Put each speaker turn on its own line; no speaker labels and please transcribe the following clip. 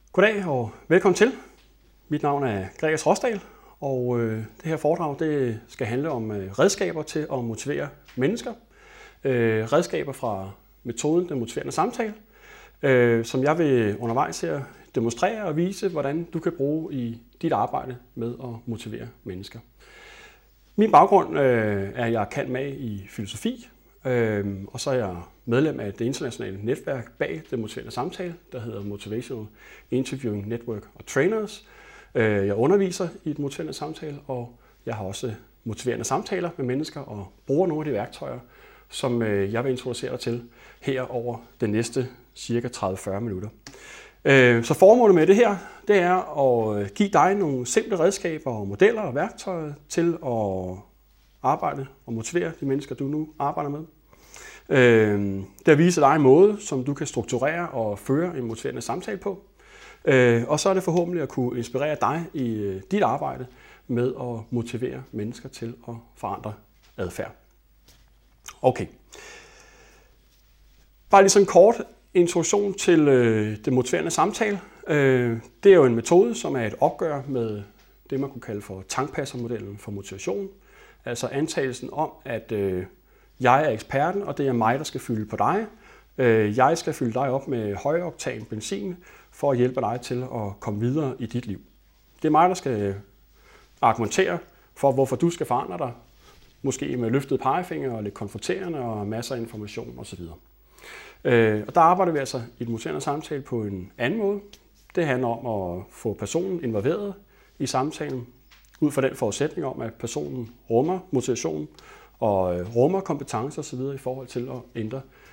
Goddag og velkommen til. Mit navn er Gregers Rosdal, og det her foredrag det skal handle om redskaber til at motivere mennesker. Redskaber fra metoden Den Motiverende Samtale, som jeg vil undervejs her demonstrere og vise, hvordan du kan bruge i dit arbejde med at motivere mennesker. Min baggrund er, at jeg er cand.mag i filosofi, og så er jeg medlem af det internationale netværk bag Den Motiverende Samtale, der hedder Motivational Interviewing Network og Trainers. Jeg underviser i Den Motiverende Samtale, og jeg har også motiverende samtaler med mennesker og bruger nogle af de værktøjer, som jeg vil introducere dig til her over den næste cirka 30-40 minutter. Så formålet med det her, det er at give dig nogle simple redskaber og modeller og værktøjer til at arbejde og motivere de mennesker, du nu arbejder med. Der viser dig en måde, som du kan strukturere og føre en motiverende samtale på. Og så er det forhåbentlig at kunne inspirere dig i dit arbejde med at motivere mennesker til at forandre adfærd. Okay. Bare lige sådan en kort introduktion til det motiverende samtale. Det er jo en metode, som er et opgør med det, man kunne kalde for tankpassermodellen for motivation. Altså antagelsen om, at jeg er eksperten, og det er mig, der skal fylde på dig. Jeg skal fylde dig op med højoktan benzin for at hjælpe dig til at komme videre i dit liv. Det er mig, der skal argumentere for, hvorfor du skal forandre dig. Måske med løftet pegefinger og lidt konfronterende og masser af information osv. Og der arbejder vi altså i den motiverende samtale på en anden måde. Det handler om at få personen involveret i samtalen, ud fra den forudsætning om, at personen rummer motivation og rummer kompetencer osv. i forhold til at ændre